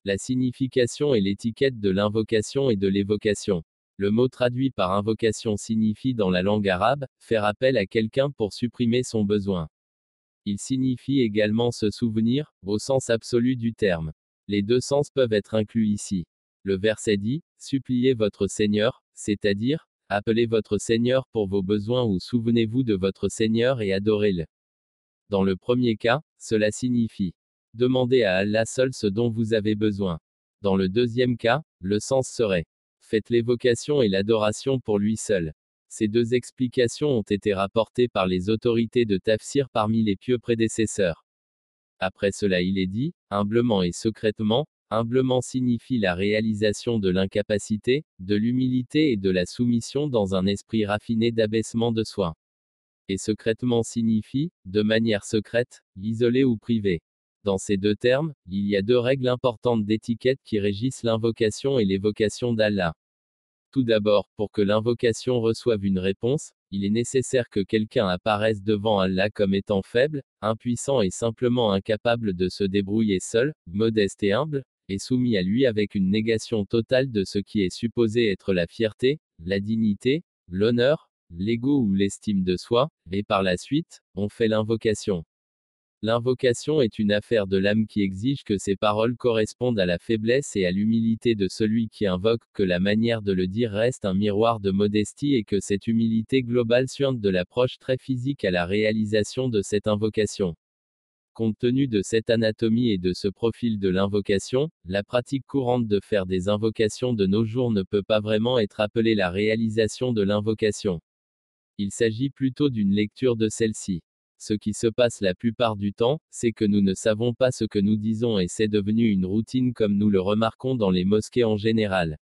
La signification et l'étiquette de l'invocation et de l'évocation. Le mot traduit par invocation signifie dans la langue arabe, faire appel à quelqu'un pour supprimer son besoin. Il signifie également se souvenir, au sens absolu du terme. Les deux sens peuvent être inclus ici. Le verset dit, suppliez votre Seigneur, c'est-à-dire, appelez votre Seigneur pour vos besoins ou souvenez-vous de votre Seigneur et adorez-le. Dans le premier cas, cela signifie, demandez à Allah seul ce dont vous avez besoin. Dans le deuxième cas, le sens serait, faites l'évocation et l'adoration pour lui seul. Ces deux explications ont été rapportées par les autorités de tafsir parmi les pieux prédécesseurs. Après cela il est dit, humblement et secrètement. Humblement signifie la réalisation de l'incapacité, de l'humilité et de la soumission dans un esprit raffiné d'abaissement de soi. Et secrètement signifie, de manière secrète, isolée ou privée. Dans ces deux termes, il y a deux règles importantes d'étiquette qui régissent l'invocation et l'évocation d'Allah. Tout d'abord, pour que l'invocation reçoive une réponse, il est nécessaire que quelqu'un apparaisse devant Allah comme étant faible, impuissant et simplement incapable de se débrouiller seul, modeste et humble, et soumis à lui avec une négation totale de ce qui est supposé être la fierté, la dignité, l'honneur, l'ego ou l'estime de soi, et par la suite, on fait l'invocation. L'invocation est une affaire de l'âme qui exige que ses paroles correspondent à la faiblesse et à l'humilité de celui qui invoque, que la manière de le dire reste un miroir de modestie et que cette humilité globale suinte de l'approche très physique à la réalisation de cette invocation. Compte tenu de cette anatomie et de ce profil de l'invocation, la pratique courante de faire des invocations de nos jours ne peut pas vraiment être appelée la réalisation de l'invocation. Il s'agit plutôt d'une lecture de celle-ci. Ce qui se passe la plupart du temps, c'est que nous ne savons pas ce que nous disons et c'est devenu une routine comme nous le remarquons dans les mosquées en général.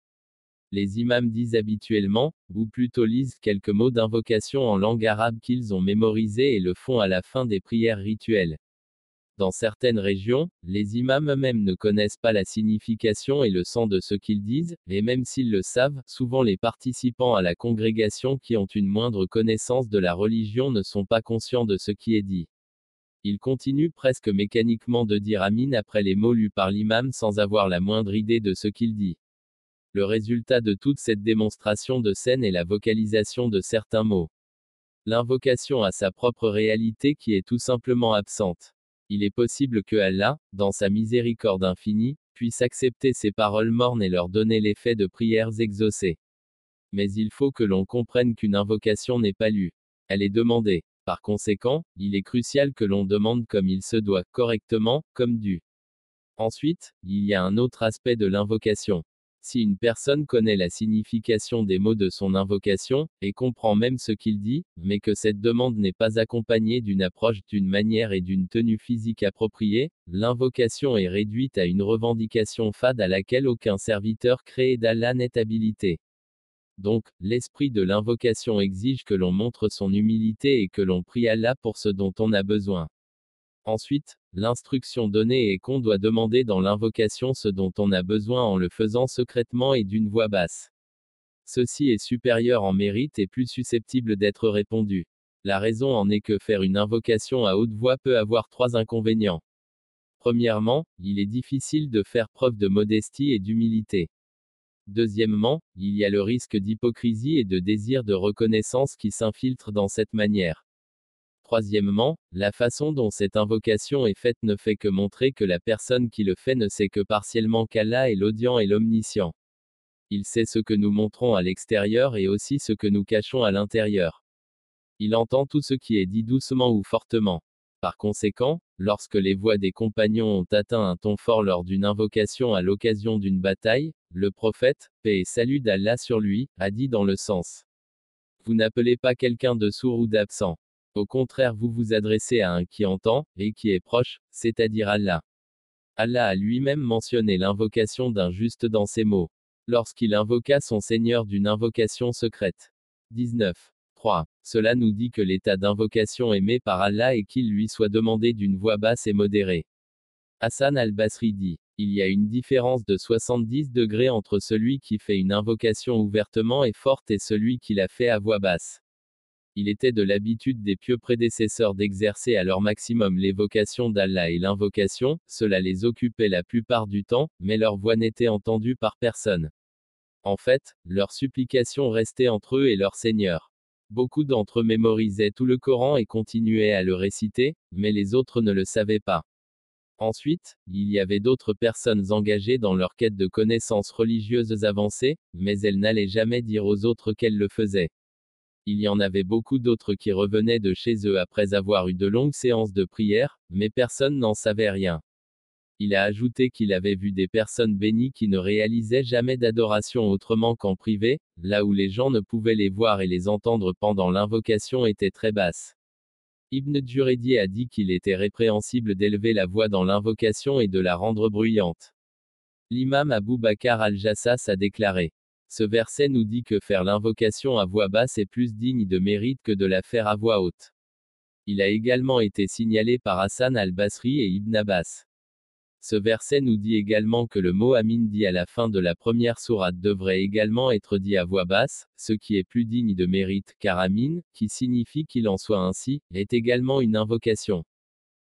Les imams disent habituellement, ou plutôt lisent quelques mots d'invocation en langue arabe qu'ils ont mémorisés et le font à la fin des prières rituelles. Dans certaines régions, les imams eux-mêmes ne connaissent pas la signification et le sens de ce qu'ils disent, et même s'ils le savent, souvent les participants à la congrégation qui ont une moindre connaissance de la religion ne sont pas conscients de ce qui est dit. Ils continuent presque mécaniquement de dire Amin après les mots lus par l'imam sans avoir la moindre idée de ce qu'il dit. Le résultat de toute cette démonstration de scène est la vocalisation de certains mots. L'invocation a sa propre réalité qui est tout simplement absente. Il est possible que Allah, dans sa miséricorde infinie, puisse accepter ces paroles mornes et leur donner l'effet de prières exaucées. Mais il faut que l'on comprenne qu'une invocation n'est pas lue. Elle est demandée. Par conséquent, il est crucial que l'on demande comme il se doit, correctement, comme dû. Ensuite, il y a un autre aspect de l'invocation. Si une personne connaît la signification des mots de son invocation, et comprend même ce qu'il dit, mais que cette demande n'est pas accompagnée d'une approche, d'une manière et d'une tenue physique appropriée, l'invocation est réduite à une revendication fade à laquelle aucun serviteur créé d'Allah n'est habilité. Donc, l'esprit de l'invocation exige que l'on montre son humilité et que l'on prie Allah pour ce dont on a besoin. Ensuite, l'instruction donnée est qu'on doit demander dans l'invocation ce dont on a besoin en le faisant secrètement et d'une voix basse. Ceci est supérieur en mérite et plus susceptible d'être répondu. La raison en est que faire une invocation à haute voix peut avoir trois inconvénients. Premièrement, il est difficile de faire preuve de modestie et d'humilité. Deuxièmement, il y a le risque d'hypocrisie et de désir de reconnaissance qui s'infiltre dans cette manière. Troisièmement, la façon dont cette invocation est faite ne fait que montrer que la personne qui le fait ne sait que partiellement qu'Allah est l'audient et l'omniscient. Il sait ce que nous montrons à l'extérieur et aussi ce que nous cachons à l'intérieur. Il entend tout ce qui est dit doucement ou fortement. Par conséquent, lorsque les voix des compagnons ont atteint un ton fort lors d'une invocation à l'occasion d'une bataille, le prophète, paix et salut d'Allah sur lui, a dit dans le sens: vous n'appelez pas quelqu'un de sourd ou d'absent. Au contraire, vous vous adressez à un qui entend, et qui est proche, c'est-à-dire Allah. Allah a lui-même mentionné l'invocation d'un juste dans ces mots. Lorsqu'il invoqua son Seigneur d'une invocation secrète. 19. 3. Cela nous dit que l'état d'invocation aimé par Allah est qu'il lui soit demandé d'une voix basse et modérée. Hassan al-Basri dit: il y a une différence de 70 degrés entre celui qui fait une invocation ouvertement et forte et celui qui la fait à voix basse. Il était de l'habitude des pieux prédécesseurs d'exercer à leur maximum l'évocation d'Allah et l'invocation, cela les occupait la plupart du temps, mais leur voix n'était entendue par personne. En fait, leurs supplications restaient entre eux et leur Seigneur. Beaucoup d'entre eux mémorisaient tout le Coran et continuaient à le réciter, mais les autres ne le savaient pas. Ensuite, il y avait d'autres personnes engagées dans leur quête de connaissances religieuses avancées, mais elles n'allaient jamais dire aux autres qu'elles le faisaient. Il y en avait beaucoup d'autres qui revenaient de chez eux après avoir eu de longues séances de prière, mais personne n'en savait rien. Il a ajouté qu'il avait vu des personnes bénies qui ne réalisaient jamais d'adoration autrement qu'en privé, là où les gens ne pouvaient les voir et les entendre pendant l'invocation était très basse. Ibn Juraydi a dit qu'il était répréhensible d'élever la voix dans l'invocation et de la rendre bruyante. L'imam Abu Bakr al-Jassas a déclaré. Ce verset nous dit que faire l'invocation à voix basse est plus digne de mérite que de la faire à voix haute. Il a également été signalé par Hassan al-Basri et Ibn Abbas. Ce verset nous dit également que le mot Amin dit à la fin de la première sourate devrait également être dit à voix basse, ce qui est plus digne de mérite, car Amin, qui signifie qu'il en soit ainsi, est également une invocation.